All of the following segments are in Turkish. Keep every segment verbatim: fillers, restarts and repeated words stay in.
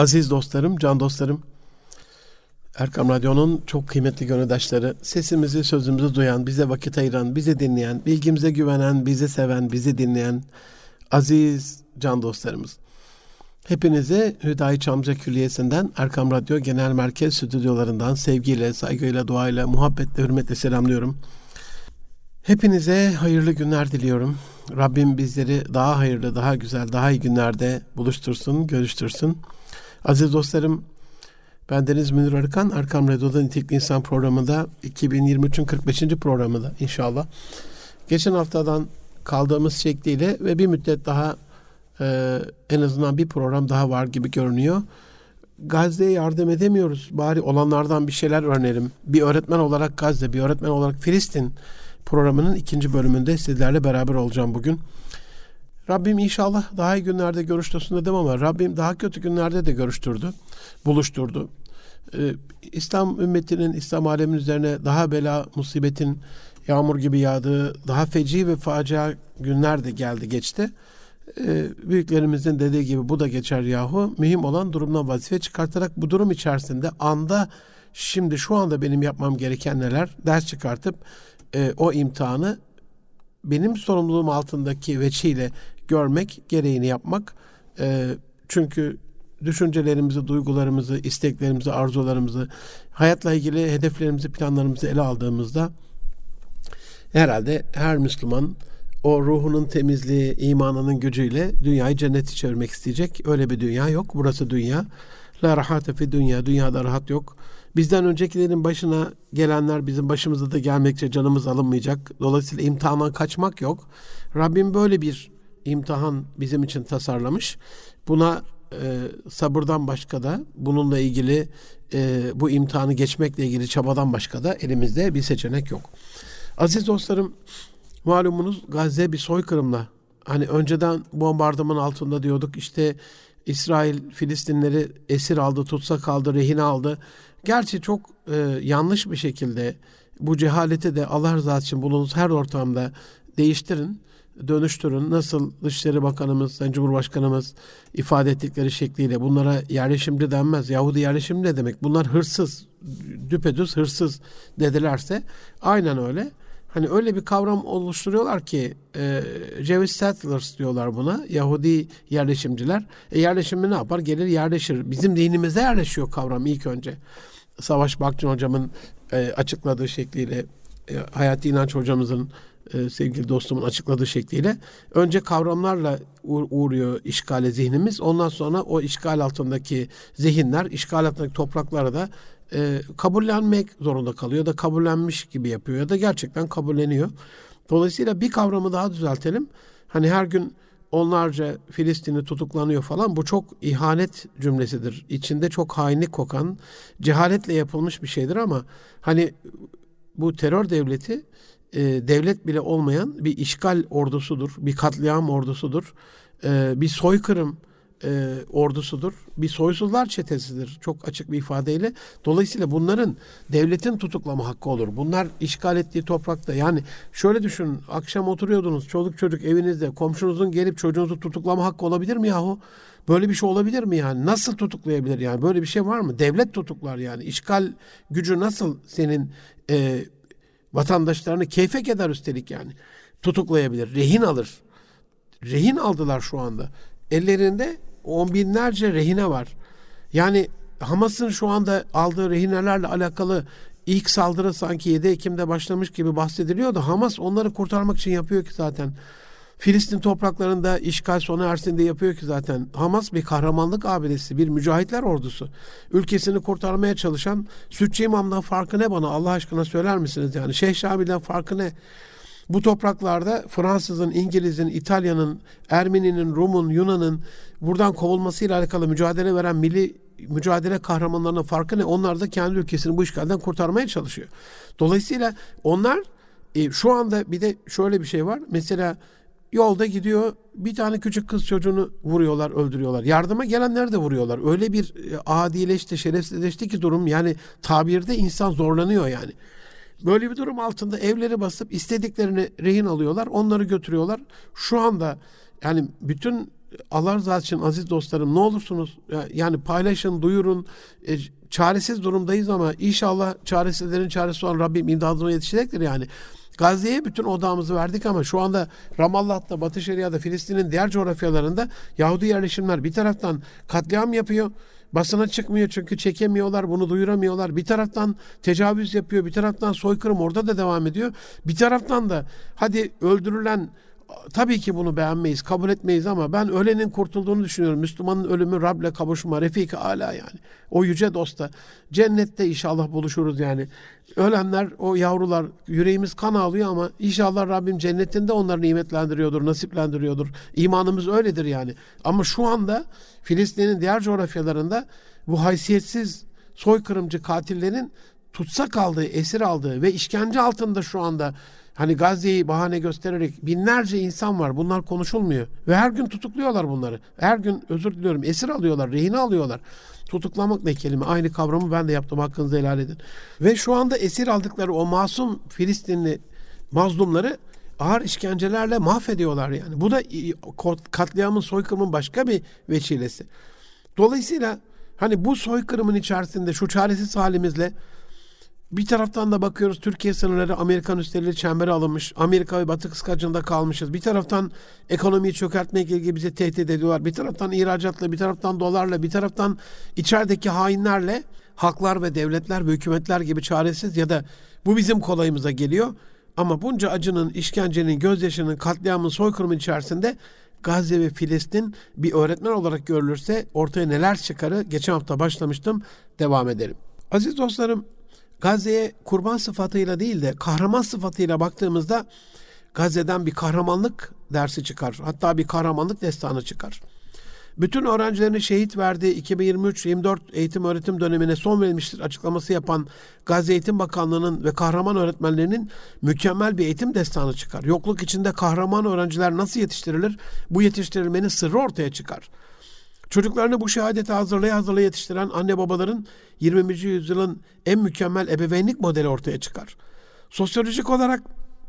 Aziz dostlarım, can dostlarım, Erkam Radyo'nun çok kıymetli gönüldaşları, sesimizi, sözümüzü duyan, bize vakit ayıran, bizi dinleyen, bilgimize güvenen, bizi seven, bizi dinleyen aziz can dostlarımız. Hepinize Hüdayi Çamlıca Külliyesi'nden, Erkam Radyo Genel Merkez stüdyolarından sevgiyle, saygıyla, duayla, muhabbetle, hürmetle selamlıyorum. Hepinize hayırlı günler diliyorum. Rabbim bizleri daha hayırlı, daha güzel, daha iyi günlerde buluştursun, görüştürsün. Aziz dostlarım, ben Deniz Münir Arıkan, Erkam Radyo'da Nitelikli İnsan programında iki bin yirmi üçün kırk beşinci programında inşallah. Geçen haftadan kaldığımız şekliyle ve bir müddet daha e, en azından bir program daha var gibi görünüyor. Gazze'ye yardım edemiyoruz. Bari olanlardan bir şeyler öğrenelim. Bir öğretmen olarak Gazze, bir öğretmen olarak Filistin programının ikinci bölümünde sizlerle beraber olacağım bugün. Rabbim inşallah daha iyi günlerde görüştürsün dedim ama Rabbim daha kötü günlerde de görüştürdü, buluşturdu. Ee, İslam ümmetinin, İslam aleminin üzerine daha bela, musibetin yağmur gibi yağdığı, daha feci ve facia günler de geldi geçti. Ee, büyüklerimizin dediği gibi bu da geçer yahu. Mühim olan durumdan vazife çıkartarak bu durum içerisinde anda, şimdi şu anda benim yapmam gereken neler, ders çıkartıp e, o imtihanı benim sorumluluğum altındaki veçiyle görmek, gereğini yapmak. E, çünkü düşüncelerimizi, duygularımızı, isteklerimizi, arzularımızı, hayatla ilgili hedeflerimizi, planlarımızı ele aldığımızda herhalde her Müslüman o ruhunun temizliği, imanının gücüyle dünyayı cennete çevirmek isteyecek. Öyle bir dünya yok. Burası dünya. La rahate fi dünya. Dünyada rahat yok. Bizden öncekilerin başına gelenler bizim başımıza da gelmekçe canımız alınmayacak. Dolayısıyla imtihandan kaçmak yok. Rabbim böyle bir imtihan bizim için tasarlamış. Buna e, sabırdan başka da bununla ilgili e, bu imtihanı geçmekle ilgili çabadan başka da elimizde bir seçenek yok. Aziz dostlarım, malumunuz Gazze bir soykırımla, hani önceden bombardıman altında diyorduk, işte İsrail Filistinleri esir aldı, tutsak aldı, rehin aldı. Gerçi çok e, yanlış bir şekilde bu cehaleti de Allah rızası için bulunduğunuz her ortamda değiştirin, dönüştürün. Nasıl Dışişleri Bakanımız, Sayın Cumhurbaşkanımız ifade ettikleri şekliyle bunlara yerleşimci denmez. Yahudi yerleşimci ne demek? Bunlar hırsız, düpedüz hırsız dedilerse aynen öyle. Hani öyle bir kavram oluşturuyorlar ki e, Jewish settlers diyorlar buna. Yahudi yerleşimciler. E, yerleşimi ne yapar? Gelir yerleşir. Bizim dinimize yerleşiyor kavram ilk önce. Savaş Bakçın hocamın e, açıkladığı şekliyle, e, Hayati İnanç hocamızın, e, sevgili dostumun açıkladığı şekliyle önce kavramlarla uğ- uğruyor işgale zihnimiz. Ondan sonra o işgal altındaki zihinler, işgal altındaki topraklara da E, kabullenmek zorunda kalıyor da kabullenmiş gibi yapıyor ya da gerçekten kabulleniyor. Dolayısıyla bir kavramı daha düzeltelim. Hani her gün onlarca Filistinli tutuklanıyor falan, bu çok ihanet cümlesidir. İçinde çok hainlik kokan, cehaletle yapılmış bir şeydir ama hani bu terör devleti e, devlet bile olmayan bir işgal ordusudur, bir katliam ordusudur, e, bir soykırım E, ordusudur. Bir soysuzlar çetesidir. Çok açık bir ifadeyle. Dolayısıyla bunların devletin tutuklama hakkı olur. Bunlar işgal ettiği toprakta. Yani şöyle düşünün. Akşam oturuyordunuz. Çoluk çocuk evinizde. Komşunuzun gelip çocuğunuzu tutuklama hakkı olabilir mi yahu? Böyle bir şey olabilir mi yani? Nasıl tutuklayabilir yani? Böyle bir şey var mı? Devlet tutuklar yani. İşgal gücü nasıl senin e, vatandaşlarını keyfek eder üstelik yani? Tutuklayabilir. Rehin alır. Rehin aldılar şu anda. Ellerinde on binlerce rehine var. Yani Hamas'ın şu anda aldığı rehinelerle alakalı ilk saldırı sanki yedi Ekim'de başlamış gibi bahsediliyor da Hamas onları kurtarmak için yapıyor ki zaten. Filistin topraklarında işgal sona ersin diye yapıyor ki zaten. Hamas bir kahramanlık abidesi, bir mücahitler ordusu. Ülkesini kurtarmaya çalışan Sütçü İmam'dan farkı ne bana Allah aşkına söyler misiniz yani? Şeyh Şabi'den farkı ne? Bu topraklarda Fransız'ın, İngiliz'in, İtalya'nın, Ermeni'nin, Rum'un, Yunan'ın buradan kovulmasıyla alakalı mücadele veren milli mücadele kahramanlarının farkı ne? Onlar da kendi ülkesini bu işgalden kurtarmaya çalışıyor. Dolayısıyla onlar e, şu anda bir de şöyle bir şey var. Mesela yolda gidiyor, bir tane küçük kız çocuğunu vuruyorlar, öldürüyorlar. Yardıma gelenleri de vuruyorlar. Öyle bir e, adileşti, şerefsizleşti ki durum. Yani tabirde insan zorlanıyor yani. Böyle bir durum altında evleri basıp istediklerini rehin alıyorlar. Onları götürüyorlar. Şu anda yani bütün Allah rızası için aziz dostlarım, ne olursunuz yani paylaşın, duyurun. E, çaresiz durumdayız ama inşallah çaresizlerin çaresi olan Rabbim imdadına yetişecektir yani. Gazze'ye bütün odağımızı verdik ama şu anda Ramallah'ta, Batı Şeria'da, Filistin'in diğer coğrafyalarında Yahudi yerleşimler bir taraftan katliam yapıyor. Basına çıkmıyor çünkü çekemiyorlar, bunu duyuramıyorlar. Bir taraftan tecavüz yapıyor, bir taraftan soykırım orada da devam ediyor. Bir taraftan da hadi öldürülen, tabii ki bunu beğenmeyiz, kabul etmeyiz ama ben ölenin kurtulduğunu düşünüyorum. Müslümanın ölümü Rab'le kavuşma, Refik-i Ala yani. O yüce dosta. Cennette inşallah buluşuruz yani. Ölenler, o yavrular, yüreğimiz kan ağlıyor ama inşallah Rabbim cennetinde onları nimetlendiriyordur, nasiplendiriyordur. İmanımız öyledir yani. Ama şu anda Filistin'in diğer coğrafyalarında bu haysiyetsiz soykırımcı katillerin tutsak aldığı, esir aldığı ve işkence altında şu anda, hani Gazze'yi bahane göstererek binlerce insan var. Bunlar konuşulmuyor. Ve her gün tutukluyorlar bunları. Her gün, özür diliyorum, esir alıyorlar, rehin alıyorlar. Tutuklamak ne kelime? Aynı kavramı ben de yaptım. Hakkınızı helal edin. Ve şu anda esir aldıkları o masum Filistinli mazlumları ağır işkencelerle mahvediyorlar yani. Bu da katliamın, soykırımın başka bir veçilesi. Dolayısıyla hani bu soykırımın içerisinde şu çaresiz halimizle bir taraftan da bakıyoruz Türkiye sınırları Amerikan üstleriyle çembere alınmış. Amerika ve Batı kıskacında kalmışız. Bir taraftan ekonomiyi çökertmekle ilgili bizi tehdit ediyorlar. Bir taraftan ihracatla, bir taraftan dolarla, bir taraftan içerideki hainlerle halklar ve devletler ve hükümetler gibi çaresiz ya da bu bizim kolayımıza geliyor. Ama bunca acının, işkencenin, gözyaşının, katliamın, soykırımın içerisinde Gazze ve Filistin bir öğretmen olarak görülürse ortaya neler çıkarı geçen hafta başlamıştım, devam edelim. Aziz dostlarım, Gazze'ye kurban sıfatıyla değil de kahraman sıfatıyla baktığımızda Gazze'den bir kahramanlık dersi çıkar. Hatta bir kahramanlık destanı çıkar. Bütün öğrencilerini şehit verdiği iki bin yirmi üç yirmi dört eğitim öğretim dönemine son verilmiştir açıklaması yapan Gazze Eğitim Bakanlığı'nın ve kahraman öğretmenlerinin mükemmel bir eğitim destanı çıkar. Yokluk içinde kahraman öğrenciler nasıl yetiştirilir? Bu yetiştirilmenin sırrı ortaya çıkar. Çocuklarını bu şehadete hazırlaya hazırlaya yetiştiren anne babaların yirminci yüzyılın en mükemmel ebeveynlik modeli ortaya çıkar. Sosyolojik olarak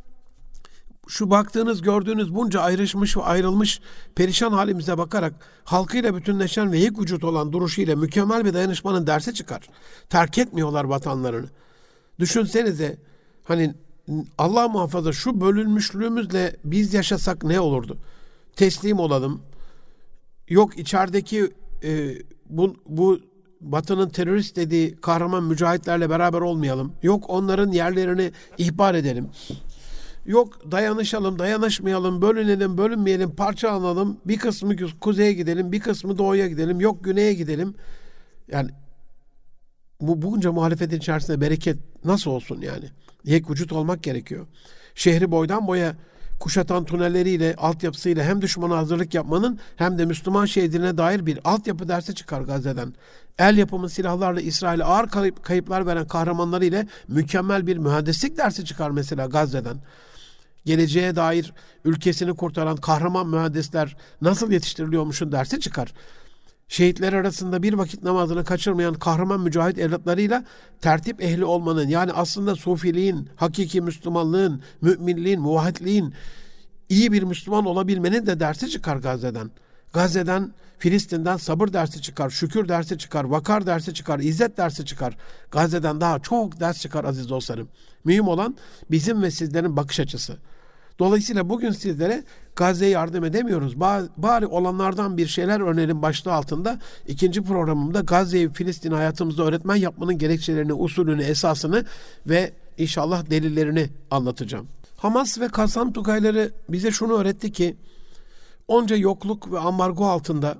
şu baktığınız, gördüğünüz bunca ayrışmış ve ayrılmış perişan halimize bakarak halkıyla bütünleşen ve yek vücut olan duruşuyla mükemmel bir dayanışmanın dersi çıkar. Terk etmiyorlar vatanlarını. Düşünsenize, hani Allah muhafaza şu bölünmüşlüğümüzle biz yaşasak ne olurdu? Teslim olalım. Yok içerideki e, bu, bu Batı'nın terörist dediği kahraman mücahitlerle beraber olmayalım. Yok onların yerlerini ihbar edelim. Yok dayanışalım, dayanışmayalım, bölünelim, bölünmeyelim, parçalanalım. Bir kısmı kuzeye gidelim, bir kısmı doğuya gidelim. Yok güneye gidelim. Yani bu bunca muhalefetin içerisinde bereket nasıl olsun yani? Yek vücut olmak gerekiyor. Şehri boydan boya kuşatan tünelleriyle, altyapısıyla hem düşmana hazırlık yapmanın hem de Müslüman şehidine dair bir altyapı dersi çıkar Gazze'den. El yapımı silahlarla İsrail'e ağır kayıp, kayıplar veren kahramanları ile mükemmel bir mühendislik dersi çıkar mesela Gazze'den. Geleceğe dair ülkesini kurtaran kahraman mühendisler nasıl yetiştiriliyormuşun dersi çıkar. Şehitler arasında bir vakit namazını kaçırmayan kahraman mücahit evlatlarıyla tertip ehli olmanın, yani aslında sufiliğin, hakiki Müslümanlığın, müminliğin, muvahhidliğin, iyi bir Müslüman olabilmenin de dersi çıkar Gazze'den. Gazze'den, Filistin'den sabır dersi çıkar, şükür dersi çıkar, vakar dersi çıkar, izzet dersi çıkar. Gazze'den daha çok ders çıkar aziz dostlarım. Mühim olan bizim ve sizlerin bakış açısı. Dolayısıyla bugün sizlere Gazze'ye yardım edemiyoruz. Bari olanlardan bir şeyler önerim başlığı altında ikinci programımda Gazze'yi, Filistin'i hayatımızda öğretmen yapmanın gerekçelerini, usulünü, esasını ve inşallah delillerini anlatacağım. Hamas ve Kassam Tugayları bize şunu öğretti ki onca yokluk ve ambargo altında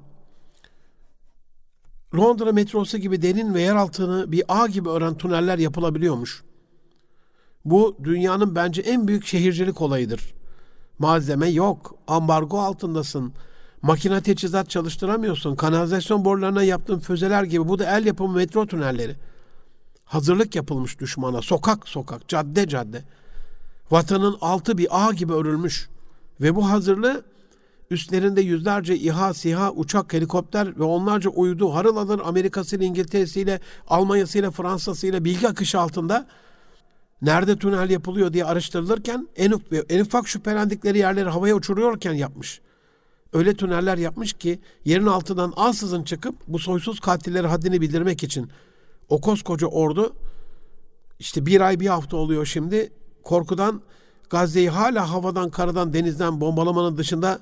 Londra metrosu gibi derin ve yer altını bir ağ gibi ören tüneller yapılabiliyormuş. Bu dünyanın bence en büyük şehircilik olayıdır. Malzeme yok, ambargo altındasın, makine teçhizat çalıştıramıyorsun, kanalizasyon borularına yaptığın füzeler gibi bu da el yapımı metro tünelleri. Hazırlık yapılmış düşmana, sokak sokak, cadde cadde. Vatanın altı bir ağ gibi örülmüş ve bu hazırlığı üstlerinde yüzlerce İHA, SİHA, uçak, helikopter ve onlarca uydu, harıl alır Amerika'sıyla, İngiltere'siyle, Almanya'sıyla, Fransa'sıyla bilgi akışı altında nerede tünel yapılıyor diye araştırılırken en, en ufak şüphelendikleri yerleri havaya uçuruyorken yapmış. öyle tüneller yapmış ki yerin altından ansızın çıkıp bu soysuz katilleri haddini bildirmek için o koskoca ordu işte bir ay bir hafta oluyor şimdi korkudan Gazze'yi hala havadan, karadan, denizden bombalamanın dışında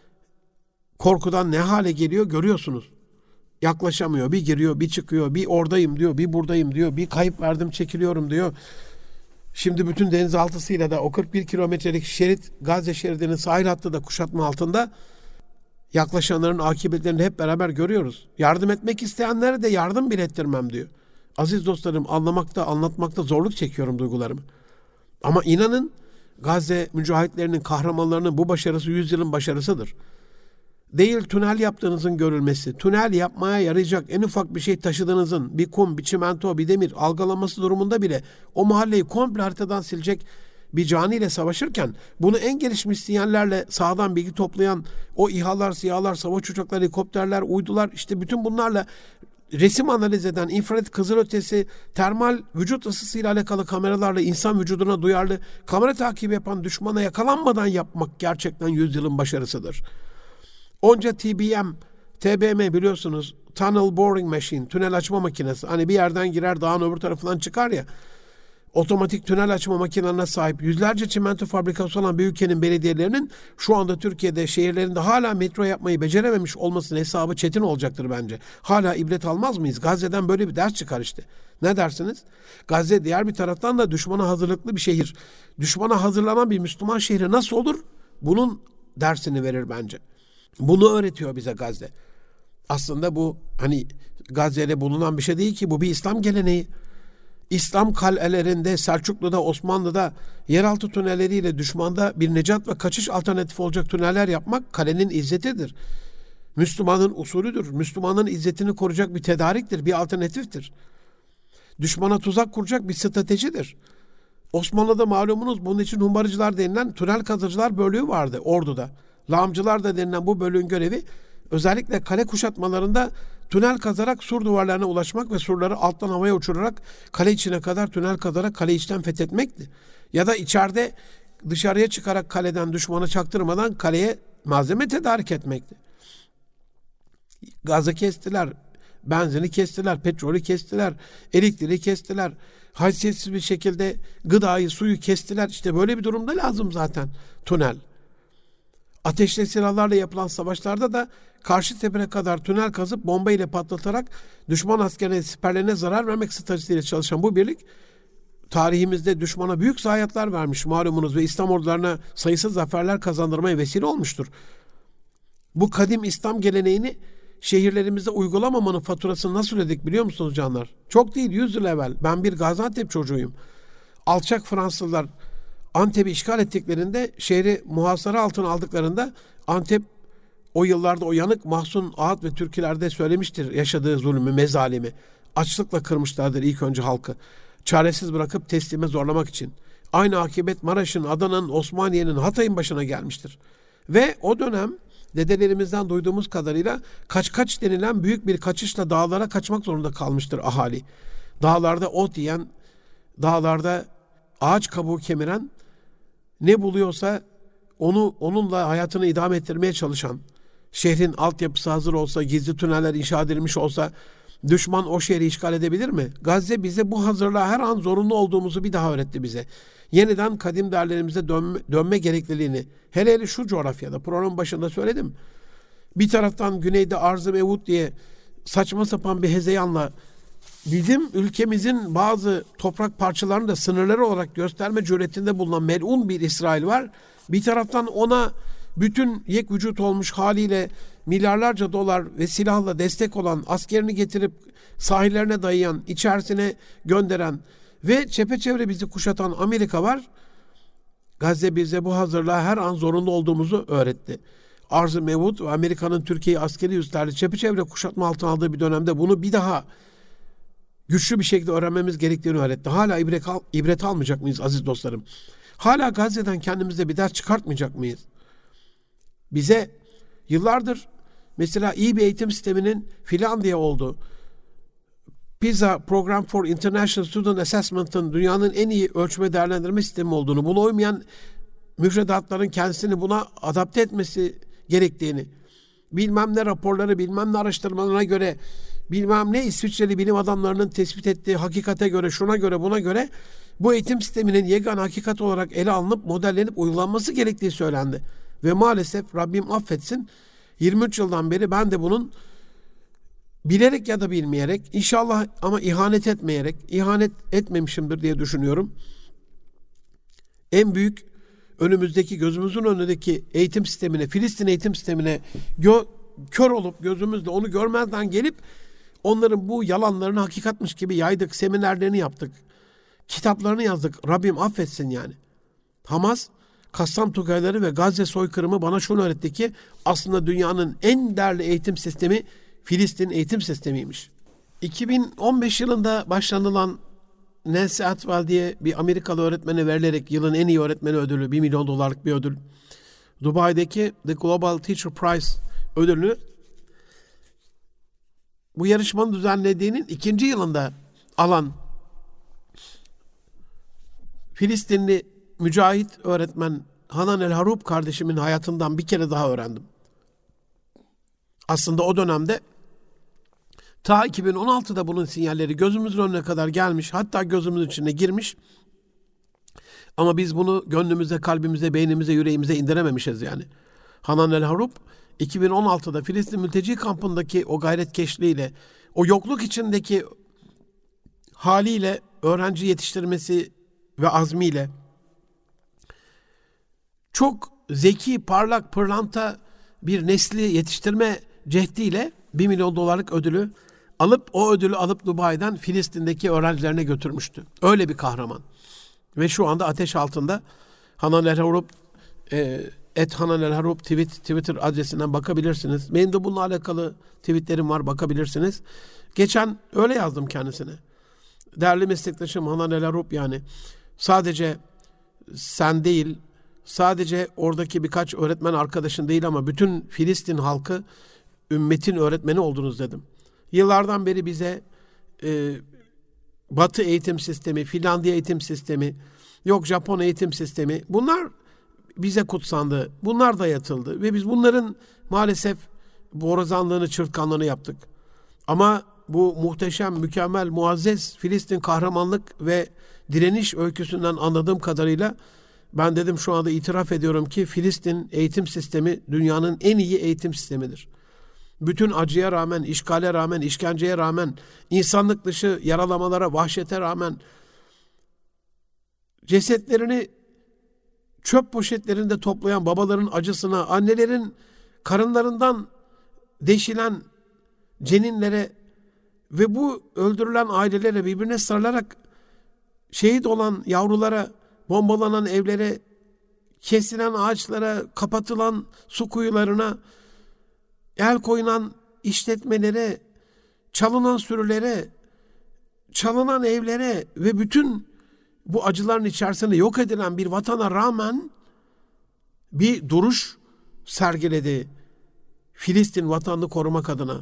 korkudan ne hale geliyor görüyorsunuz. Yaklaşamıyor. Bir giriyor, bir çıkıyor. Bir oradayım diyor, bir buradayım diyor. Bir kayıp verdim, çekiliyorum diyor. Şimdi bütün denizaltısıyla da o kırk bir kilometrelik şerit, Gazze şeridinin sahil hattı da kuşatma altında yaklaşanların akıbetlerini hep beraber görüyoruz. Yardım etmek isteyenlere de yardım bile ettirmem diyor. Aziz dostlarım, anlamakta, anlatmakta zorluk çekiyorum duygularımı. Ama inanın Gazze mücahitlerinin, kahramanlarının bu başarısı yüzyılın başarısıdır. Değil tünel yaptığınızın görülmesi, tünel yapmaya yarayacak en ufak bir şey taşıdığınızın, bir kum, bir çimento, bir demir algılaması durumunda bile o mahalleyi komple haritadan silecek bir caniyle savaşırken bunu en gelişmiş sinyallerle sağdan bilgi toplayan o İHA'lar, SİHA'lar, savaş uçakları, helikopterler, uydular işte bütün bunlarla resim analiz eden, infrared kızılötesi, termal vücut ısısıyla alakalı kameralarla insan vücuduna duyarlı kamera takibi yapan düşmana yakalanmadan yapmak gerçekten yüzyılın başarısıdır. Onca T B M, T B M biliyorsunuz, Tunnel Boring Machine, tünel açma makinesi. Hani bir yerden girer dağın öbür tarafından çıkar ya. Otomatik tünel açma makinelerine sahip yüzlerce çimento fabrikası olan bir ülkenin belediyelerinin şu anda Türkiye'de şehirlerinde hala metro yapmayı becerememiş olmasının hesabı çetin olacaktır bence. Hala ibret almaz mıyız? Gazze'den böyle bir ders çıkar işte. Ne dersiniz? Gazze diğer bir taraftan da düşmana hazırlıklı bir şehir. Düşmana hazırlanan bir Müslüman şehri nasıl olur? Bunun dersini verir bence. Bunu öğretiyor bize Gazze. Aslında bu hani Gazze'de bulunan bir şey değil ki, bu bir İslam geleneği. İslam kalelerinde, Selçuklu'da, Osmanlı'da yeraltı tünelleriyle düşmanda bir necat ve kaçış alternatifi olacak tüneller yapmak kalenin izzetidir. Müslümanın usulüdür. Müslümanın izzetini koruyacak bir tedariktir, bir alternatiftir. Düşmana tuzak kuracak bir stratejidir. Osmanlı'da malumunuz bunun için humbarıcılar denilen tünel kazıcılar bölüğü vardı orduda. Lağımcılar da denilen bu bölüğün görevi özellikle kale kuşatmalarında tünel kazarak sur duvarlarına ulaşmak ve surları alttan havaya uçurarak kale içine kadar tünel kazarak kale içten fethetmekti. Ya da içeride dışarıya çıkarak kaleden düşmanı çaktırmadan kaleye malzeme tedarik etmekti. Gazı kestiler, benzini kestiler, petrolü kestiler, elektriği kestiler. Haysiyetsiz bir şekilde gıdayı, suyu kestiler. İşte böyle bir durumda lazım zaten tünel. Ateşli silahlarla yapılan savaşlarda da karşı tepene kadar tünel kazıp bomba ile patlatarak düşman askerine, siperlerine zarar vermek stratejisiyle çalışan bu birlik tarihimizde düşmana büyük zayiatlar vermiş malumunuz ve İslam ordularına sayısız zaferler kazandırmaya vesile olmuştur. Bu kadim İslam geleneğini şehirlerimizde uygulamamanın faturasını nasıl ödedik biliyor musunuz canlar? Çok değil, yüz yıl evvel. Ben bir Gaziantep çocuğuyum. Alçak Fransızlar Antep'i işgal ettiklerinde, şehri muhasara altına aldıklarında Antep o yıllarda o yanık Mahsun Ağat ve Türkilerde söylemiştir yaşadığı zulmü, mezalimi. Açlıkla kırmışlardır ilk önce halkı. Çaresiz bırakıp teslime zorlamak için. Aynı akıbet Maraş'ın, Adana'nın, Osmaniye'nin, Hatay'ın başına gelmiştir. Ve o dönem dedelerimizden duyduğumuz kadarıyla kaç kaç denilen büyük bir kaçışla dağlara kaçmak zorunda kalmıştır ahali. Dağlarda ot yiyen, dağlarda ağaç kabuğu kemiren, ne buluyorsa onu onunla hayatını idame ettirmeye çalışan, şehrin altyapısı hazır olsa, gizli tüneller inşa edilmiş olsa düşman o şehri işgal edebilir mi? Gazze bize bu hazırlığa her an zorunlu olduğumuzu bir daha öğretti bize. Yeniden kadim değerlerimize dönme, dönme gerekliliğini, hele hele şu coğrafyada, programın başında söyledim. Bir taraftan güneyde Arz-ı Mevud diye saçma sapan bir hezeyanla bizim ülkemizin bazı toprak parçalarını da sınırları olarak gösterme cüretinde bulunan melun bir İsrail var. Bir taraftan ona bütün yek vücut olmuş haliyle milyarlarca dolar ve silahla destek olan, askerini getirip sahillerine dayayan, içerisine gönderen ve çepeçevre bizi kuşatan Amerika var. Gazze bize bu hazırlığa her an zorunlu olduğumuzu öğretti. Arz-ı Mevud ve Amerika'nın Türkiye'yi askeri üslerle çepeçevre kuşatma altına aldığı bir dönemde bunu bir daha güçlü bir şekilde öğrenmemiz gerektiğini öğretti. Hala ibret, al, ibret almayacak mıyız aziz dostlarım? Hala Gazze'den kendimize bir ders çıkartmayacak mıyız? Bize yıllardır mesela iyi bir eğitim sisteminin Finlandiya olduğu, PISA Program for International Student Assessment'ın dünyanın en iyi ölçme değerlendirme sistemi olduğunu, buna uymayan müfredatların kendisini buna adapte etmesi gerektiğini, bilmem ne raporları, bilmem ne araştırmalarına göre, bilmem ne İsviçreli bilim adamlarının tespit ettiği hakikate göre, şuna göre, buna göre bu eğitim sisteminin yegane hakikat olarak ele alınıp modellenip uygulanması gerektiği söylendi. Ve maalesef Rabbim affetsin, yirmi üç yıldan beri ben de bunun bilerek ya da bilmeyerek, inşallah ama ihanet etmeyerek, ihanet etmemişimdir diye düşünüyorum. En büyük önümüzdeki, gözümüzün önündeki eğitim sistemine, Filistin eğitim sistemine gö- kör olup gözümüzle onu görmezden gelip onların bu yalanlarını hakikatmiş gibi yaydık, seminerlerini yaptık, kitaplarını yazdık. Rabbim affetsin yani. Hamas, Kassam Tugayları ve Gazze soykırımı bana şunu öğretti ki aslında dünyanın en değerli eğitim sistemi Filistin eğitim sistemiymiş. iki bin on beş yılında başlanılan Nancy Atwell diye bir Amerikalı öğretmene verilerek yılın en iyi öğretmeni ödülü, bir milyon dolarlık bir ödül. Dubai'deki The Global Teacher Prize ödülünü bu yarışmanın düzenlediğinin ikinci yılında alan Filistinli mücahit öğretmen Hanan El Harub kardeşimin hayatından bir kere daha öğrendim. Aslında o dönemde ta iki bin on altıda bunun sinyalleri gözümüzün önüne kadar gelmiş, hatta gözümüzün içine girmiş. Ama biz bunu gönlümüze, kalbimize, beynimize, yüreğimize indirememişiz yani. Hanan El Harub iki bin on altıda Filistin mülteci kampındaki o gayretkeşliğiyle, o yokluk içindeki haliyle, öğrenci yetiştirmesi ve azmiyle, çok zeki, parlak, pırlanta bir nesli yetiştirme cehdiyle bir milyon dolarlık ödülü alıp, o ödülü alıp Dubai'den Filistin'deki öğrencilerine götürmüştü. Öyle bir kahraman. Ve şu anda ateş altında. Hanan El Harub e, et Hanan El Harub tweet, Twitter adresinden bakabilirsiniz. Benim de bununla alakalı tweetlerim var, bakabilirsiniz. Geçen öyle yazdım kendisine. Değerli meslektaşım Hanan El Harub, yani sadece sen değil, sadece oradaki birkaç öğretmen arkadaşın değil ama bütün Filistin halkı ümmetin öğretmeni oldunuz dedim. Yıllardan beri bize e, Batı eğitim sistemi, Finlandiya eğitim sistemi, yok Japon eğitim sistemi, bunlar bize kutsandı. Bunlar dayatıldı ve biz bunların maalesef borazanlığını, çırtkanlığını yaptık. Ama bu muhteşem, mükemmel, muazzez Filistin kahramanlık ve direniş öyküsünden anladığım kadarıyla ben dedim, şu anda itiraf ediyorum ki Filistin eğitim sistemi dünyanın en iyi eğitim sistemidir. Bütün acıya rağmen, işgale rağmen, işkenceye rağmen, insanlık dışı yaralamalara, vahşete rağmen cesetlerini çöp poşetlerinde toplayan babaların acısına, annelerin karınlarından deşilen ceninlere ve bu öldürülen ailelere birbirine sarılarak şehit olan yavrulara, bombalanan evlere, kesilen ağaçlara, kapatılan su kuyularına, el koyulan işletmelere, çalınan sürülere, çalınan evlere ve bütün bu acıların içerisinde yok edilen bir vatana rağmen bir duruş sergiledi Filistin vatanını korumak adına.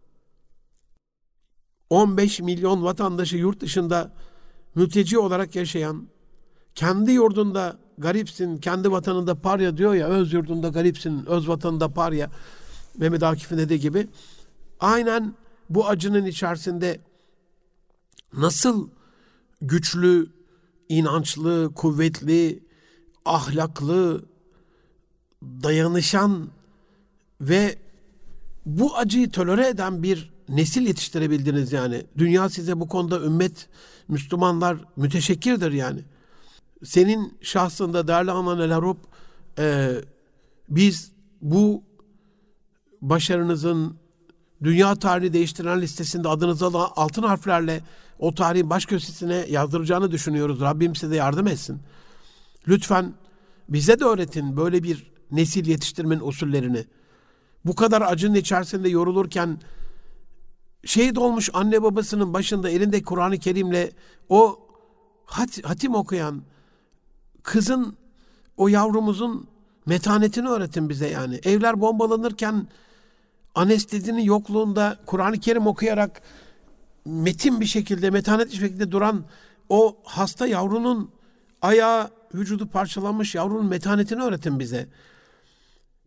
on beş milyon vatandaşı yurt dışında mülteci olarak yaşayan, kendi yurdunda garipsin, kendi vatanında parya diyor ya, öz yurdunda garipsin, öz vatanında parya, Mehmet Akif'in dediği gibi, aynen bu acının içerisinde nasıl güçlü, inançlı, kuvvetli, ahlaklı, dayanışan ve bu acıyı tolere eden bir nesil yetiştirebildiniz yani. Dünya size bu konuda, ümmet, Müslümanlar müteşekkirdir yani. Senin şahsında değerli Hanan El Harub, e, biz bu başarınızın dünya tarihi değiştiren listesinde adınızı altın harflerle o tarihin baş köşesine yazdıracağını düşünüyoruz. Rabbim size yardım etsin. Lütfen bize de öğretin böyle bir nesil yetiştirmenin usullerini. Bu kadar acının içerisinde yorulurken şehit olmuş anne babasının başında elinde Kur'an-ı Kerim'le o hat, hatim okuyan kızın, o yavrumuzun metanetini öğretin bize yani. Evler bombalanırken anestezinin yokluğunda Kur'an-ı Kerim okuyarak metin bir şekilde, metanetli bir şekilde duran o hasta yavrunun ayağı, vücudu parçalanmış yavrunun metanetini öğretin bize.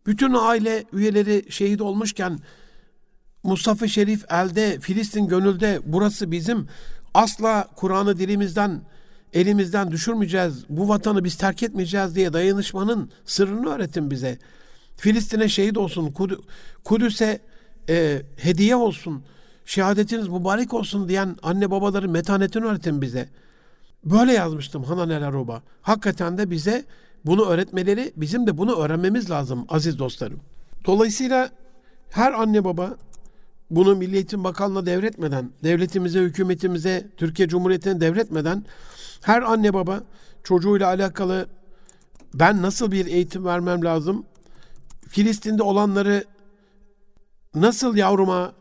Bütün aile üyeleri şehit olmuşken Mushaf-ı Şerif elde, Filistin gönülde, burası bizim, asla Kur'an'ı dilimizden, elimizden düşürmeyeceğiz, bu vatanı biz terk etmeyeceğiz diye dayanışmanın sırrını öğretin bize. Filistin'e şehit olsun, Kudüs'e e, hediye olsun, şehadetiniz mübarek olsun diyen anne babaların metanetini öğretin bize. Böyle yazmıştım Hanan El Aruba. Hakikaten de bize bunu öğretmeleri, bizim de bunu öğrenmemiz lazım aziz dostlarım. Dolayısıyla her anne baba bunu Milli Eğitim Bakanlığı'na devretmeden, devletimize, hükümetimize, Türkiye Cumhuriyeti'ne devretmeden her anne baba çocuğuyla alakalı ben nasıl bir eğitim vermem lazım, Filistin'de olanları nasıl yavruma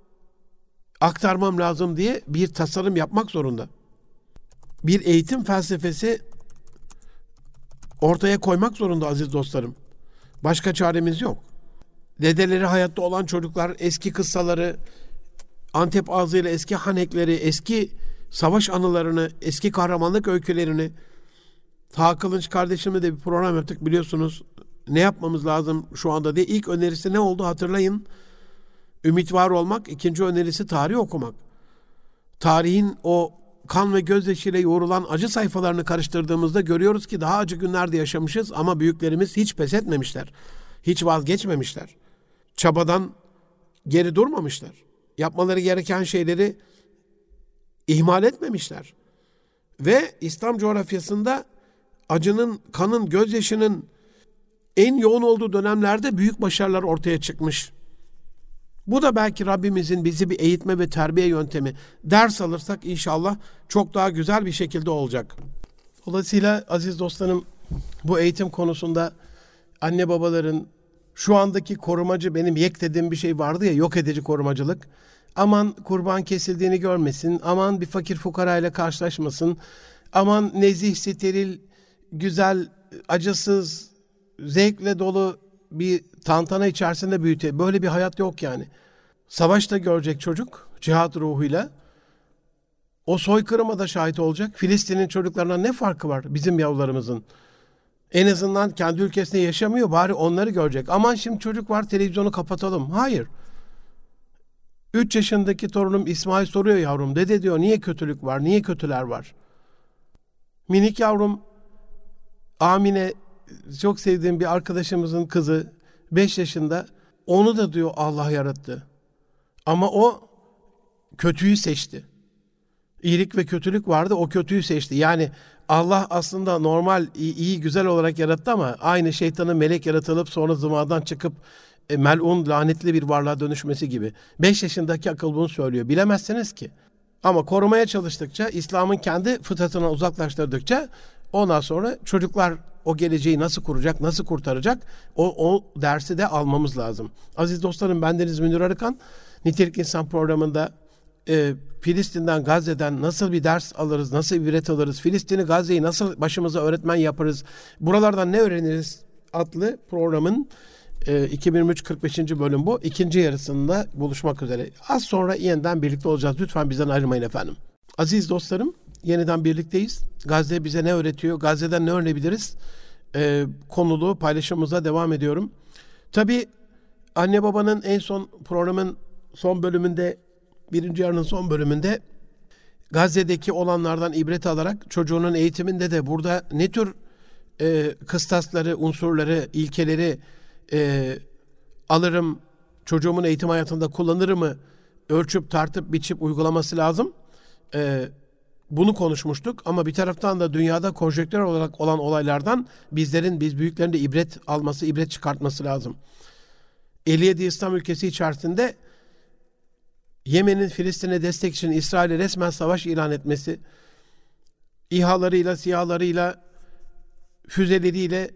aktarmam lazım diye bir tasarım yapmak zorunda. Bir eğitim felsefesi ortaya koymak zorunda aziz dostlarım. Başka çaremiz yok. Dedeleri hayatta olan çocuklar eski kıssaları, Antep ağzıyla eski hanekleri, eski savaş anılarını, eski kahramanlık öykülerini, Taha Kılınç kardeşimle de bir program yaptık biliyorsunuz. Ne yapmamız lazım şu anda diye. İlk önerisi ne oldu hatırlayın. Ümit var olmak. İkinci önerisi tarih okumak. Tarihin o kan ve gözyaşıyla yoğrulan acı sayfalarını karıştırdığımızda görüyoruz ki daha acı günlerde yaşamışız ama büyüklerimiz hiç pes etmemişler. Hiç vazgeçmemişler. Çabadan geri durmamışlar. Yapmaları gereken şeyleri ihmal etmemişler. Ve İslam coğrafyasında acının, kanın, gözyaşının en yoğun olduğu dönemlerde büyük başarılar ortaya çıkmış. Bu da belki Rabbimizin bizi bir eğitme ve terbiye yöntemi. Ders alırsak inşallah çok daha güzel bir şekilde olacak. Dolayısıyla aziz dostlarım, bu eğitim konusunda anne babaların şu andaki korumacı, benim yek dediğim bir şey vardı ya, yok edici korumacılık. Aman kurban kesildiğini görmesin, aman bir fakir fukarayla karşılaşmasın, aman nezih, steril, güzel, acısız, zevkle dolu bir tantana içerisinde büyütüyor. Böyle bir hayat yok yani. Savaşta görecek çocuk, cihat ruhuyla. O soykırıma da şahit olacak. Filistin'in çocuklarına ne farkı var bizim yavrularımızın? En azından kendi ülkesinde yaşamıyor, bari onları görecek. Aman şimdi çocuk var, televizyonu kapatalım. Hayır. Üç yaşındaki torunum İsmail soruyor yavrum. Dede diyor, niye kötülük var, niye kötüler var? Minik yavrum Amine, çok sevdiğim bir arkadaşımızın kızı, beş yaşında, onu da diyor Allah yarattı. Ama o kötüyü seçti. İyilik ve kötülük vardı, o kötüyü seçti. Yani Allah aslında normal, iyi, iyi güzel olarak yarattı ama aynı şeytanın melek yaratılıp sonra zımadan çıkıp e, melun, lanetli bir varlığa dönüşmesi gibi. Beş yaşındaki akıl bunu söylüyor. Bilemezsiniz ki. Ama korumaya çalıştıkça, İslam'ın kendi fıtratına uzaklaştırdıkça ondan sonra çocuklar o geleceği nasıl kuracak, nasıl kurtaracak, o, o dersi de almamız lazım. Aziz dostlarım, bendeniz Münir Arıkan. Nitelik İnsan programında e, Filistin'den, Gazze'den nasıl bir ders alırız, nasıl bir ibret alırız, Filistin'i, Gazze'yi nasıl başımıza öğretmen yaparız, buralardan ne öğreniriz adlı programın e, iki bin yirmi üç kırk beşinci bölüm bu. İkinci yarısında buluşmak üzere. Az sonra yeniden birlikte olacağız. Lütfen bizden ayrılmayın efendim. Aziz dostlarım, yeniden birlikteyiz. Gazze bize ne öğretiyor? Gazze'den ne öğrenebiliriz? Ee, konulu paylaşımımıza devam ediyorum. Tabii anne babanın en son programın son bölümünde, birinci yarının son bölümünde Gazze'deki olanlardan ibret alarak çocuğunun eğitiminde de burada ne tür e, kıstasları, unsurları, ilkeleri e, alırım, çocuğumun eğitim hayatında kullanır mı, ölçüp tartıp biçip uygulaması lazım. E, Bunu konuşmuştuk ama bir taraftan da dünyada konjonktür olarak olan olaylardan bizlerin, biz büyüklerin de ibret alması, ibret çıkartması lazım. elli yedi İslam ülkesi içerisinde Yemen'in Filistin'e destek için İsrail'e resmen savaş ilan etmesi, İHA'larıyla, SİHA'larıyla, füzeleriyle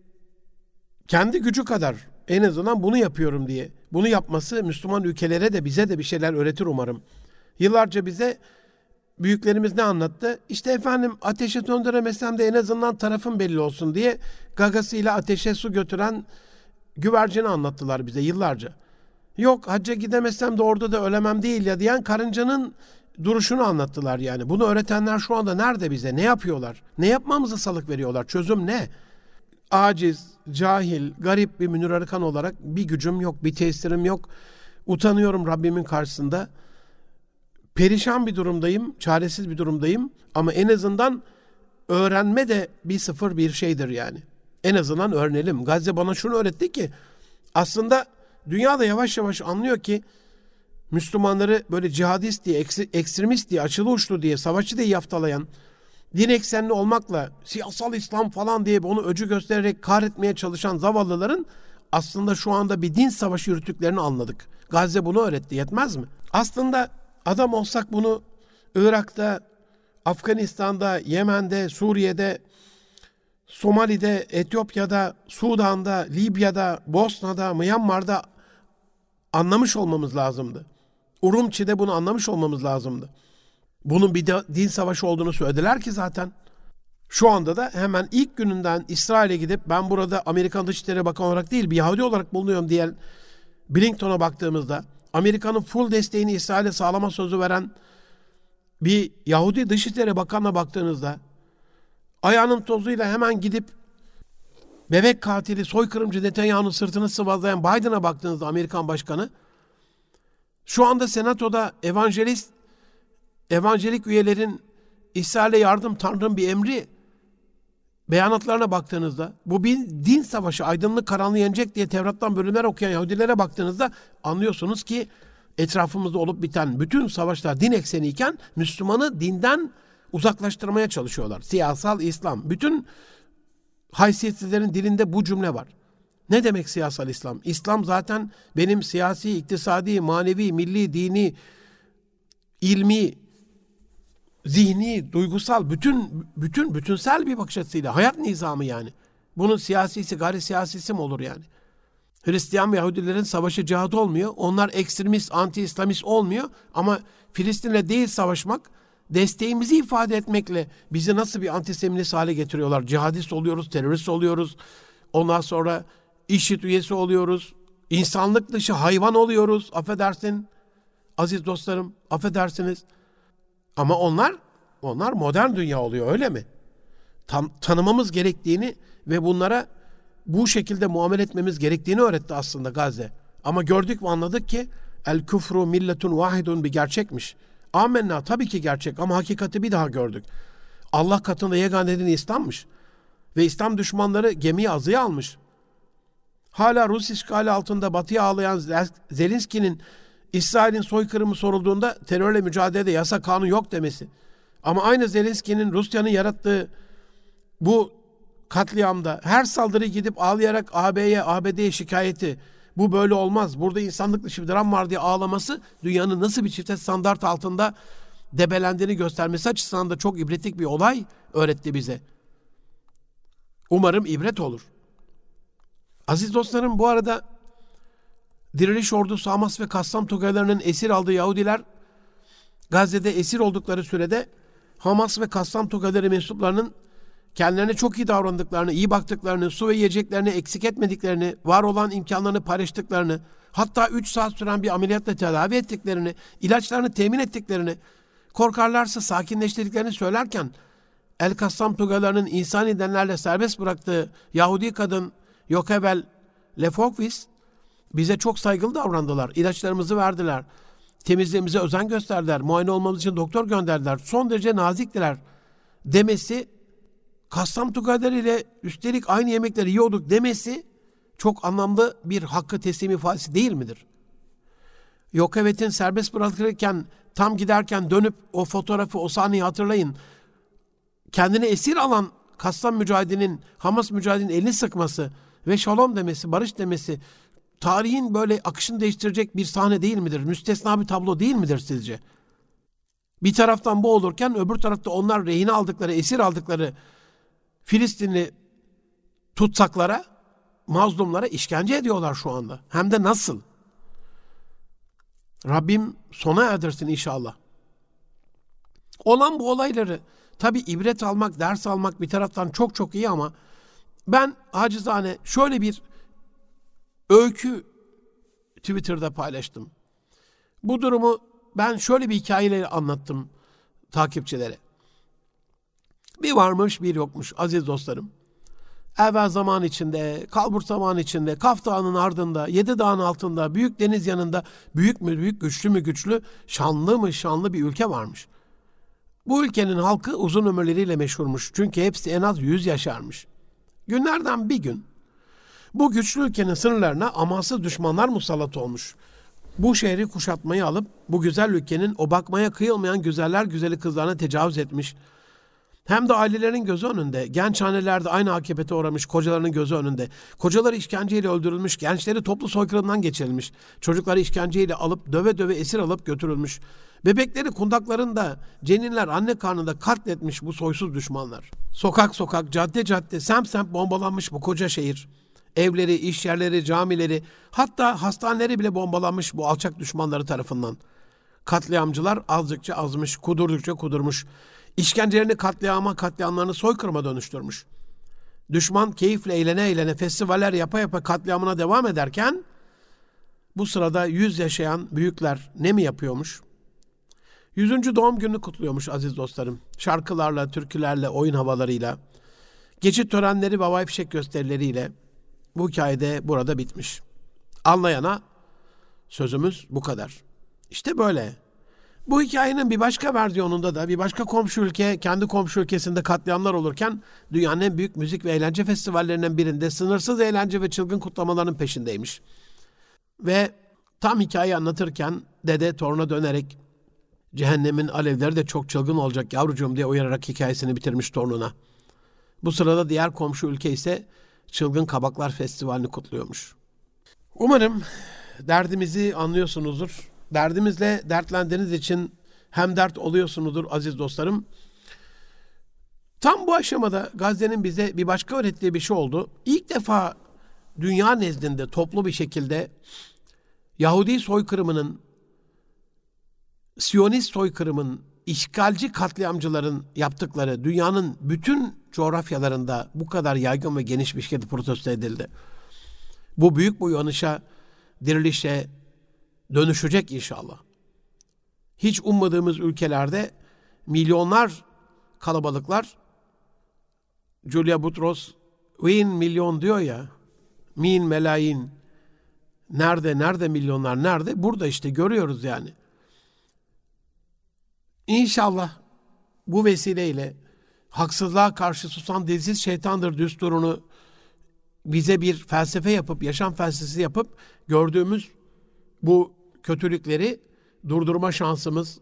kendi gücü kadar en azından bunu yapıyorum diye, bunu yapması Müslüman ülkelere de bize de bir şeyler öğretir umarım. Yıllarca bize büyüklerimiz ne anlattı? İşte efendim ateşe döndüremesem de en azından tarafım belli olsun diye gagasıyla ateşe su götüren güvercini anlattılar bize yıllarca. Yok hacca gidemezsem de orada da ölemem değil ya diyen karıncanın duruşunu anlattılar yani. Bunu öğretenler şu anda nerede bize? Ne yapıyorlar? Ne yapmamıza salık veriyorlar? Çözüm ne? aciz, cahil, garip bir Münir Arıkan olarak bir gücüm yok, bir tesirim yok. Utanıyorum Rabbimin karşısında. Perişan bir durumdayım, çaresiz bir durumdayım. Ama en azından öğrenme de bir sıfır bir şeydir yani. En azından öğrenelim. Gazze bana şunu öğretti ki aslında dünya da yavaş yavaş anlıyor ki Müslümanları böyle cihadist diye, ekstremist diye, açılı uçlu diye, savaşçı diye yaftalayan, din eksenli olmakla, siyasal İslam falan diye onu öcü göstererek kahretmeye çalışan zavallıların aslında şu anda bir din savaşı yürüttüklerini anladık. Gazze bunu öğretti, yetmez mi? Aslında adam olsak bunu Irak'ta, Afganistan'da, Yemen'de, Suriye'de, Somali'de, Etiyopya'da, Sudan'da, Libya'da, Bosna'da, Myanmar'da anlamış olmamız lazımdı. Urumçi'de bunu anlamış olmamız lazımdı. Bunun bir de din savaşı olduğunu söylediler ki zaten. Şu anda da hemen ilk gününden İsrail'e gidip ben burada Amerikan Dışişleri Bakanı olarak değil bir Yahudi olarak bulunuyorum diyen Blinken'a baktığımızda Amerika'nın full desteğini İsrail'e sağlama sözü veren bir Yahudi Dışişleri Bakanı'na baktığınızda ayağının tozuyla hemen gidip bebek katili, soykırımcı Netanyahu'nun sırtını sıvazlayan Biden'a baktığınızda Amerikan Başkanı şu anda Senato'da evangelist, evangelik üyelerin İsrail'e yardım Tanrı'nın bir emri beyanatlarına baktığınızda bu bir din savaşı, aydınlık karanlığı yenecek diye Tevrat'tan bölümler okuyan Yahudilere baktığınızda anlıyorsunuz ki etrafımızda olup biten bütün savaşlar din ekseniyken Müslümanı dinden uzaklaştırmaya çalışıyorlar. Siyasal İslam. Bütün haysiyetsizlerin dilinde bu cümle var. Ne demek siyasal İslam? İslam zaten benim siyasi, iktisadi, manevi, milli, dini, ilmi, zihni, duygusal, bütün bütün bütünsel bir bakış açısıyla hayat nizamı yani. Bunun siyasisi, gayri siyasisi mi olur yani? Hristiyan ve Yahudilerin savaşı cihadı olmuyor. Onlar ekstremist, anti-İslamist olmuyor. Ama Filistin'le değil savaşmak, desteğimizi ifade etmekle bizi nasıl bir antisemitist hale getiriyorlar? Cihadist oluyoruz, terörist oluyoruz. Ondan sonra IŞİD üyesi oluyoruz. İnsanlık dışı hayvan oluyoruz. Affedersin aziz dostlarım, affedersiniz. Ama onlar, onlar modern dünya oluyor, öyle mi? Tam, tanımamız gerektiğini ve bunlara bu şekilde muamele etmemiz gerektiğini öğretti aslında Gazze. Ama gördük ve anladık ki el küfru milletun vahidun bir gerçekmiş. Amenna tabii ki gerçek ama hakikati bir daha gördük. Allah katında yegane din İslam'mış. Ve İslam düşmanları gemiyi azıya almış. Hala Rus işgali altında batıya ağlayan Zelenski'nin İsrail'in soykırımı sorulduğunda terörle mücadelede yasa kanun yok demesi. Ama aynı Zelenski'nin Rusya'nın yarattığı bu katliamda her saldırı gidip ağlayarak A B'ye, A B D'ye şikayeti, bu böyle olmaz, burada insanlık dışı bir dram var diye ağlaması dünyanın nasıl bir çifte standart altında debelendiğini göstermesi açısından da çok ibretlik bir olay öğretti bize. Umarım ibret olur. Aziz dostlarım, bu arada Diriliş Ordusu Hamas ve Kassam Tugaylarının esir aldığı Yahudiler Gazze'de esir oldukları sürede Hamas ve Kassam Tugayları mensuplarının kendilerine çok iyi davrandıklarını, iyi baktıklarını, su ve yiyeceklerini eksik etmediklerini, var olan imkanlarını paylaştıklarını, hatta üç saat süren bir ameliyatla tedavi ettiklerini, ilaçlarını temin ettiklerini, korkarlarsa sakinleştirdiklerini söylerken El Kassam Tugaylarının insani nedenlerle serbest bıraktığı Yahudi kadın Yokevel Lefokvis bize çok saygılı davrandılar. İlaçlarımızı verdiler. Temizliğimize özen gösterdiler. Muayene olmamız için doktor gönderdiler. Son derece naziktiler demesi, Kassam Tugayları ile üstelik aynı yemekleri yiyorduk demesi çok anlamlı bir hakkı teslim ifadesi değil midir? Yokevet'in serbest bırakırken tam giderken dönüp o fotoğrafı, o sahneyi hatırlayın. Kendini esir alan Kassam mücahidinin, Hamas mücahidinin elini sıkması ve şalom demesi, barış demesi tarihin böyle akışını değiştirecek bir sahne değil midir? Müstesna bir tablo değil midir sizce? Bir taraftan bu olurken öbür tarafta onlar rehin aldıkları, esir aldıkları Filistinli tutsaklara, mazlumlara işkence ediyorlar şu anda. Hem de nasıl? Rabbim sona erdirsin inşallah. Olan bu olayları tabii ibret almak, ders almak bir taraftan çok çok iyi ama ben acizane şöyle bir öykü Twitter'da paylaştım. Bu durumu ben şöyle bir hikayeyle anlattım takipçilere. Bir varmış bir yokmuş aziz dostlarım. evvel zaman içinde, kalbur zaman içinde, Kaf Dağı'nın ardında, Yedi Dağın altında, büyük deniz yanında büyük mü büyük, güçlü mü güçlü, şanlı mı şanlı bir ülke varmış. Bu ülkenin halkı uzun ömürleriyle meşhurmuş. Çünkü hepsi en az yüz yaşarmış. Günlerden bir gün bu güçlü ülkenin sınırlarına amansız düşmanlar musallat olmuş. Bu şehri kuşatmayı alıp bu güzel ülkenin o bakmaya kıyılmayan güzeller güzeli kızlarına tecavüz etmiş. Hem de ailelerin gözü önünde, genç haneler de aynı akıbete uğramış, kocalarının gözü önünde. Kocaları işkenceyle öldürülmüş, gençleri toplu soykırımdan geçirilmiş. Çocukları işkenceyle alıp, döve döve esir alıp götürülmüş. Bebekleri kundaklarında, ceninler anne karnında katletmiş bu soysuz düşmanlar. Sokak sokak, cadde cadde, semt semt bombalanmış bu koca şehir. Evleri, iş yerleri, camileri, hatta hastaneleri bile bombalanmış bu alçak düşmanları tarafından. Katliamcılar azdıkça azmış, kudurdukça kudurmuş. İşkencelerini katliama, katliamlarını soykırıma dönüştürmüş. Düşman keyifle eğlene eğlene festivaller yapa yapa katliamına devam ederken bu sırada yüz yaşayan büyükler ne mi yapıyormuş? Yüzüncü doğum gününü kutluyormuş aziz dostlarım. Şarkılarla, türkülerle, oyun havalarıyla, geçit törenleri ve havai fişek gösterileriyle bu hikayede burada bitmiş. Anlayana sözümüz bu kadar. İşte böyle. Bu hikayenin bir başka versiyonunda da bir başka komşu ülke, kendi komşu ülkesinde katliamlar olurken dünyanın en büyük müzik ve eğlence festivallerinden birinde sınırsız eğlence ve çılgın kutlamaların peşindeymiş. Ve tam hikayeyi anlatırken dede toruna dönerek cehennemin alevleri de çok çılgın olacak yavrucuğum diye uyararak hikayesini bitirmiş torununa. Bu sırada diğer komşu ülke ise Çılgın Kabaklar Festivali'ni kutluyormuş. Umarım derdimizi anlıyorsunuzdur. Derdimizle dertlendiğiniz için hem dert oluyorsunuzdur aziz dostlarım. Tam bu aşamada Gazze'nin bize bir başka öğrettiği bir şey oldu. İlk defa dünya nezdinde toplu bir şekilde Yahudi soykırımının, Siyonist soykırımın, işgalci katliamcıların yaptıkları dünyanın bütün coğrafyalarında bu kadar yaygın ve geniş bir şekilde protesto edildi. Bu büyük bu uyanışa, dirilişe dönüşecek inşallah. Hiç ummadığımız ülkelerde milyonlar kalabalıklar, Julia Butros Win milyon diyor ya, min melayin, nerede nerede milyonlar nerede? Burada işte görüyoruz yani. İnşallah bu vesileyle haksızlığa karşı susan dilsiz şeytandır düsturunu bize bir felsefe yapıp, yaşam felsefesi yapıp gördüğümüz bu kötülükleri durdurma şansımız,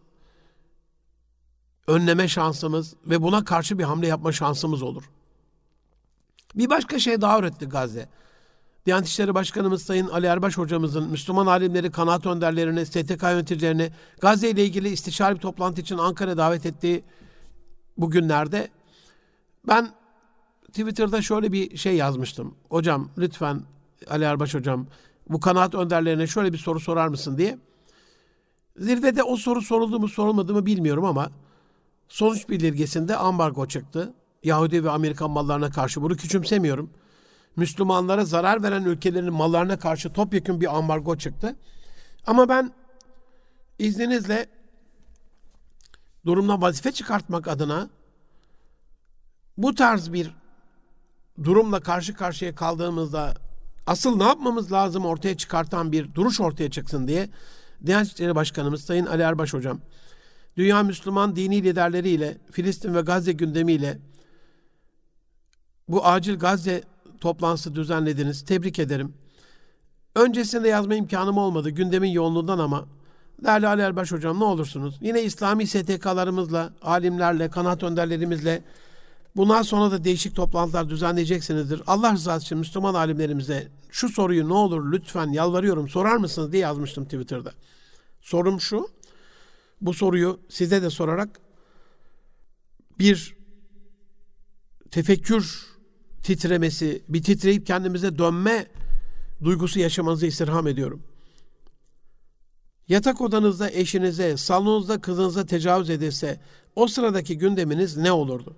önleme şansımız ve buna karşı bir hamle yapma şansımız olur. Bir başka şey daha öğretti Gazze. Diyanet İşleri Başkanımız Sayın Ali Erbaş hocamızın Müslüman alimleri, kanaat önderlerini, S T K yöneticilerini Gazze ile ilgili istişare bir toplantı için Ankara'ya davet ettiği bu günlerde ben Twitter'da şöyle bir şey yazmıştım. Hocam lütfen Ali Erbaş hocam bu kanaat önderlerine şöyle bir soru sorar mısın diye. Zirvede o soru soruldu mu sorulmadı mı bilmiyorum ama sonuç bildirgesinde ambargo çıktı. Yahudi ve Amerikan mallarına karşı bunu küçümsemiyorum. Müslümanlara zarar veren ülkelerin mallarına karşı topyekun bir ambargo çıktı. Ama ben izninizle durumdan vazife çıkartmak adına bu tarz bir durumla karşı karşıya kaldığımızda asıl ne yapmamız lazım ortaya çıkartan bir duruş ortaya çıksın diye Diyanet İşleri Başkanımız Sayın Ali Erbaş hocam dünya Müslüman dini liderleriyle Filistin ve Gazze gündemiyle bu acil Gazze toplantısı düzenlediniz. Tebrik ederim. Öncesinde yazma imkanım olmadı gündemin yoğunluğundan ama değerli Ali Erbaş hocam ne olursunuz yine İslami S T K'larımızla, alimlerle, kanaat önderlerimizle bundan sonra da değişik toplantılar düzenleyeceksinizdir. Allah rızası için Müslüman alimlerimize şu soruyu ne olur lütfen yalvarıyorum sorar mısınız diye yazmıştım Twitter'da. Sorum şu, bu soruyu size de sorarak bir tefekkür titremesi, bir titreyip kendimize dönme duygusu yaşamanızı istirham ediyorum. Yatak odanızda eşinize, salonunuzda kızınıza tecavüz edilse o sıradaki gündeminiz ne olurdu?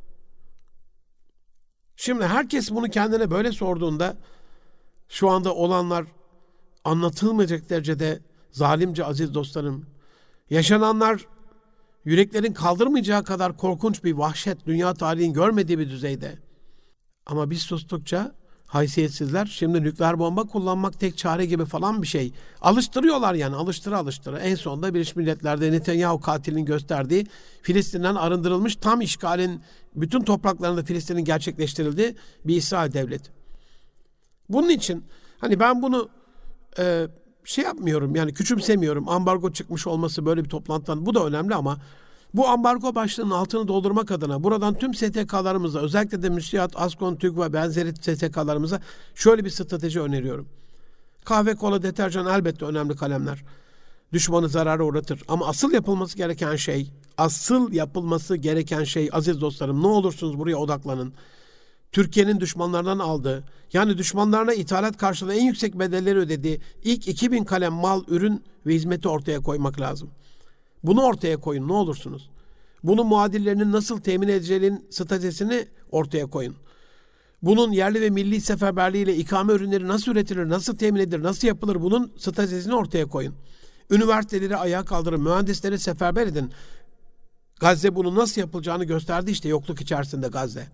Şimdi herkes bunu kendine böyle sorduğunda şu anda olanlar anlatılmayacak derecede zalimce aziz dostlarım. Yaşananlar yüreklerin kaldırmayacağı kadar korkunç bir vahşet, dünya tarihinin görmediği bir düzeyde. Ama biz sustukça haysiyetsizler şimdi nükleer bomba kullanmak tek çare gibi falan bir şey. Alıştırıyorlar yani alıştıra alıştıra. En sonunda Birleşmiş Milletler'de Netanyahu katilinin gösterdiği Filistin'den arındırılmış tam işgalin bütün topraklarında Filistin'in gerçekleştirildiği bir İsrail devleti. Bunun için hani ben bunu e, şey yapmıyorum yani küçümsemiyorum. Ambargo çıkmış olması böyle bir toplantıdan bu da önemli ama bu ambargo başlığının altını doldurmak adına buradan tüm S T K'larımıza özellikle de MÜSİAD, ASKON, TÜG ve benzeri S T K'larımıza şöyle bir strateji öneriyorum. Kahve, kola, deterjan elbette önemli kalemler. Düşmanı zarara uğratır. Ama asıl yapılması gereken şey, asıl yapılması gereken şey aziz dostlarım ne olursunuz buraya odaklanın. Türkiye'nin düşmanlardan aldığı, yani düşmanlarına ithalat karşılığı en yüksek bedelleri ödediği ilk iki bin kalem mal, ürün ve hizmeti ortaya koymak lazım. Bunu ortaya koyun ne olursunuz. Bunun muadillerinin nasıl temin edeceğinin stratejisini ortaya koyun. Bunun yerli ve milli seferberliğiyle ikame ürünleri nasıl üretilir, nasıl temin edilir, nasıl yapılır bunun stratejisini ortaya koyun. Üniversiteleri ayağa kaldırın, mühendisleri seferber edin. Gazze bunu nasıl yapılacağını gösterdi işte yokluk içerisinde Gazze.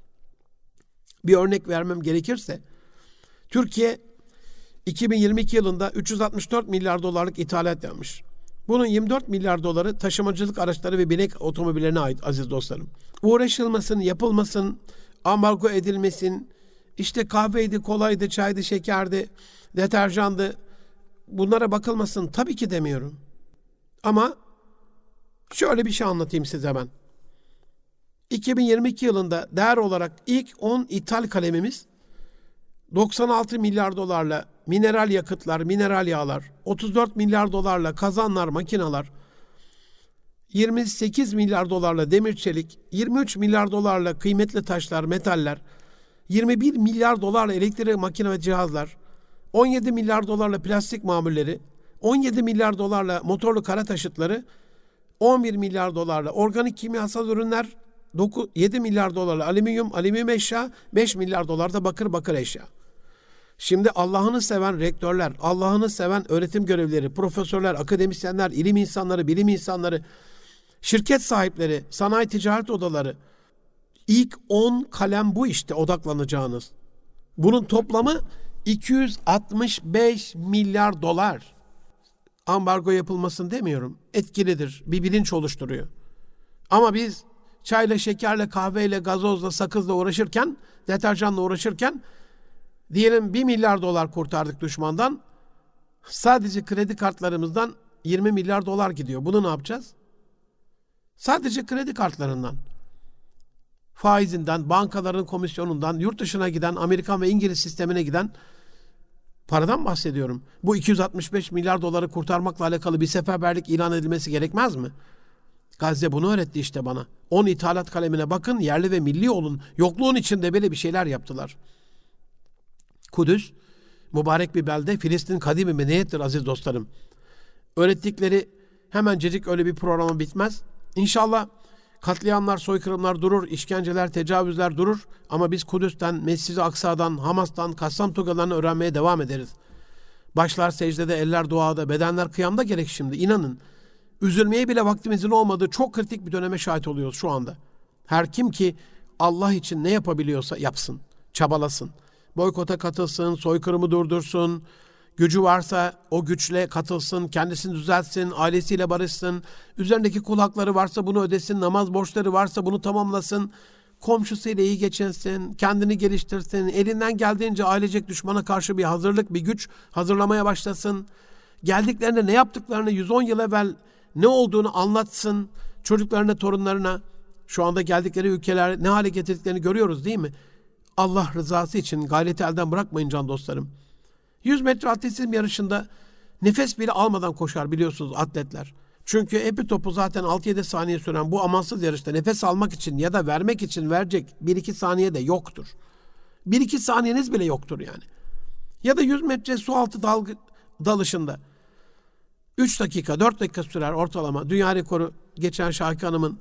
Bir örnek vermem gerekirse, Türkiye iki bin yirmi iki yılında üç yüz altmış dört milyar dolarlık ithalat yapmış. Bunun yirmi dört milyar doları taşımacılık araçları ve binek otomobillerine ait aziz dostlarım. Uğraşılmasın, yapılmasın, ambargo edilmesin, işte kahveydi, kolaydı, çaydı, şekerdi, deterjandı. Bunlara bakılmasın tabii ki demiyorum. Ama şöyle bir şey anlatayım size ben. iki bin yirmi iki yılında değer olarak ilk on ithal kalemimiz doksan altı milyar dolarla mineral yakıtlar, mineral yağlar, otuz dört milyar dolarla kazanlar, makineler, yirmi sekiz milyar dolarla demir çelik, yirmi üç milyar dolarla kıymetli taşlar, metaller, yirmi bir milyar dolarla elektrik makine ve cihazlar, on yedi milyar dolarla plastik mamulleri, on yedi milyar dolarla motorlu kara taşıtları, on bir milyar dolarla organik kimyasal ürünler, yedi milyar dolarla alüminyum, alüminyum eşya, beş milyar dolar da bakır bakır eşya. Şimdi Allah'ını seven rektörler, Allah'ını seven öğretim görevlileri, profesörler, akademisyenler, ilim insanları, bilim insanları, şirket sahipleri, sanayi ticaret odaları, ilk on kalem bu işte odaklanacağınız. Bunun toplamı iki yüz altmış beş milyar dolar. Ambargo yapılmasın demiyorum. Etkilidir, bir bilinç oluşturuyor. Ama biz çayla, şekerle, kahveyle, gazozla, sakızla uğraşırken, deterjanla uğraşırken diyelim bir milyar dolar kurtardık düşmandan. Sadece kredi kartlarımızdan yirmi milyar dolar gidiyor. Bunu ne yapacağız? Sadece kredi kartlarından, faizinden, bankaların komisyonundan, yurt dışına giden, Amerikan ve İngiliz sistemine giden paradan bahsediyorum. Bu iki yüz altmış beş milyar doları kurtarmakla alakalı bir seferberlik ilan edilmesi gerekmez mi? Gazze bunu öğretti işte bana. on ithalat kalemine bakın, yerli ve milli olun. Yokluğun içinde böyle bir şeyler yaptılar. Kudüs, mübarek bir belde, Filistin kadim bir medeniyettir aziz dostlarım. Öğrettikleri hemencecik öyle bir programı bitmez. İnşallah katliamlar, soykırımlar durur, işkenceler, tecavüzler durur. Ama biz Kudüs'ten, Mescid-i Aksa'dan, Hamas'tan, Kassam Togalarını öğrenmeye devam ederiz. Başlar secdede, eller duada, bedenler kıyamda gerek şimdi. İnanın, üzülmeye bile vaktimizin olmadığı çok kritik bir döneme şahit oluyoruz şu anda. Her kim ki Allah için ne yapabiliyorsa yapsın, çabalasın. Boykota katılsın, soykırımı durdursun, gücü varsa o güçle katılsın, kendisini düzeltsin, ailesiyle barışsın, üzerindeki kul hakları varsa bunu ödesin, namaz borçları varsa bunu tamamlasın, komşusuyla iyi geçinsin, kendini geliştirsin, elinden geldiğince ailecek düşmana karşı bir hazırlık, bir güç hazırlamaya başlasın. Geldiklerinde ne yaptıklarını yüz on yıl evvel ne olduğunu anlatsın çocuklarına, torunlarına. Şu anda geldikleri ülkeler ne hale getirdiklerini görüyoruz değil mi? Allah rızası için gayreti elden bırakmayın can dostlarım. yüz metre atletizm yarışında nefes bile almadan koşar biliyorsunuz atletler. Çünkü epi topu zaten altı yedi saniye süren bu amansız yarışta nefes almak için ya da vermek için verecek bir iki saniye de yoktur. bir iki saniyeniz bile yoktur yani. Ya da yüz metre su altı dalgı, dalışında üç dakika dört dakika sürer ortalama. Dünya rekoru geçen Şahika Hanım'ın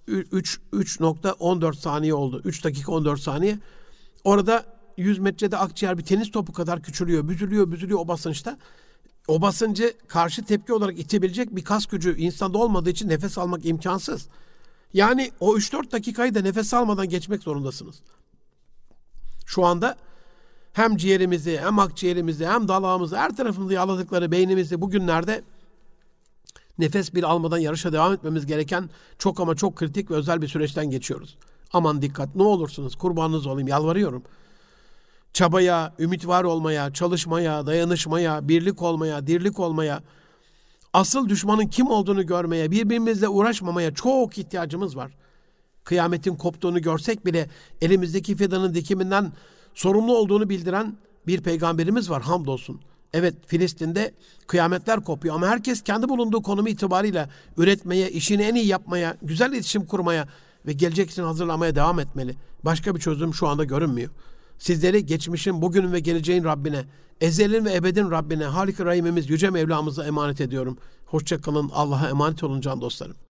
üç nokta on dört saniye oldu. üç dakika on dört saniye. Orada yüz metrede akciğer bir tenis topu kadar küçülüyor, büzülüyor, büzülüyor o basınçta. O basıncı karşı tepki olarak itebilecek bir kas gücü insanda olmadığı için nefes almak imkansız. Yani o üç dört dakikayı da nefes almadan geçmek zorundasınız. Şu anda hem ciğerimizi, hem akciğerimizi, hem dalağımızı, her tarafımızı yağladıkları beynimizi bugünlerde nefes bir almadan yarışa devam etmemiz gereken çok ama çok kritik ve özel bir süreçten geçiyoruz. Aman dikkat, ne olursunuz, kurbanınız olayım, yalvarıyorum. Çabaya, ümit var olmaya, çalışmaya, dayanışmaya, birlik olmaya, dirlik olmaya, asıl düşmanın kim olduğunu görmeye, birbirimizle uğraşmamaya çok ihtiyacımız var. Kıyametin koptuğunu görsek bile elimizdeki fidanın dikiminden sorumlu olduğunu bildiren bir peygamberimiz var, hamdolsun. Evet, Filistin'de kıyametler kopuyor ama herkes kendi bulunduğu konumu itibariyle üretmeye, işini en iyi yapmaya, güzel iletişim kurmaya ve gelecek için hazırlamaya devam etmeli. Başka bir çözüm şu anda görünmüyor. Sizleri geçmişin, bugünün ve geleceğin Rabbine, ezelin ve ebedin Rabbine, Halik-i Rahimimiz Yüce Mevlamıza emanet ediyorum. Hoşça kalın, Allah'a emanet olun can dostlarım.